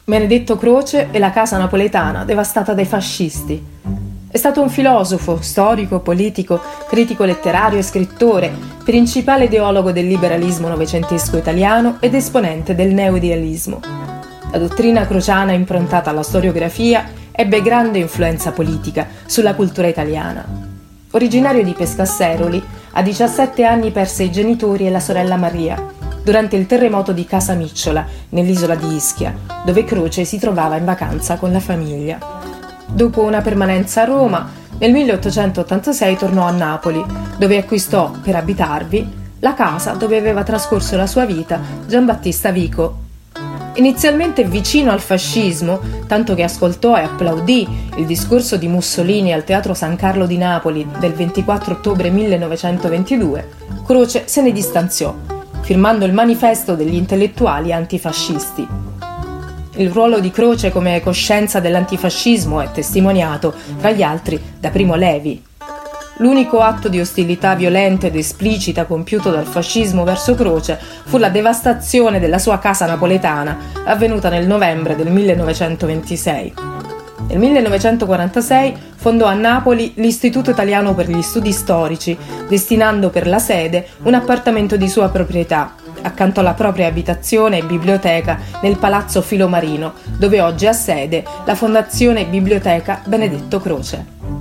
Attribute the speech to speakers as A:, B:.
A: Benedetto Croce e la casa napoletana devastata dai fascisti. È stato un filosofo, storico, politico, critico letterario e scrittore, principale ideologo del liberalismo novecentesco italiano ed esponente del neoidealismo. La dottrina crociana improntata alla storiografia ebbe grande influenza politica sulla cultura italiana. Originario di Pescasseroli, a 17 anni perse i genitori e la sorella Maria durante il terremoto di Casamicciola, nell'isola di Ischia, dove Croce si trovava in vacanza con la famiglia. Dopo una permanenza a Roma, nel 1886 tornò a Napoli, dove acquistò, per abitarvi, la casa dove aveva trascorso la sua vita Giambattista Vico. Inizialmente vicino al fascismo, tanto che ascoltò e applaudì il discorso di Mussolini al Teatro San Carlo di Napoli del 24 ottobre 1922, Croce se ne distanziò, firmando il manifesto degli intellettuali antifascisti. Il ruolo di Croce come coscienza dell'antifascismo è testimoniato, tra gli altri, da Primo Levi. L'unico atto di ostilità violenta ed esplicita compiuto dal fascismo verso Croce fu la devastazione della sua casa napoletana, avvenuta nel novembre del 1926. Nel 1946 fondò a Napoli l'Istituto Italiano per gli Studi Storici, destinando per la sede un appartamento di sua proprietà, accanto alla propria abitazione e biblioteca nel Palazzo Filomarino, dove oggi ha sede la Fondazione Biblioteca Benedetto Croce.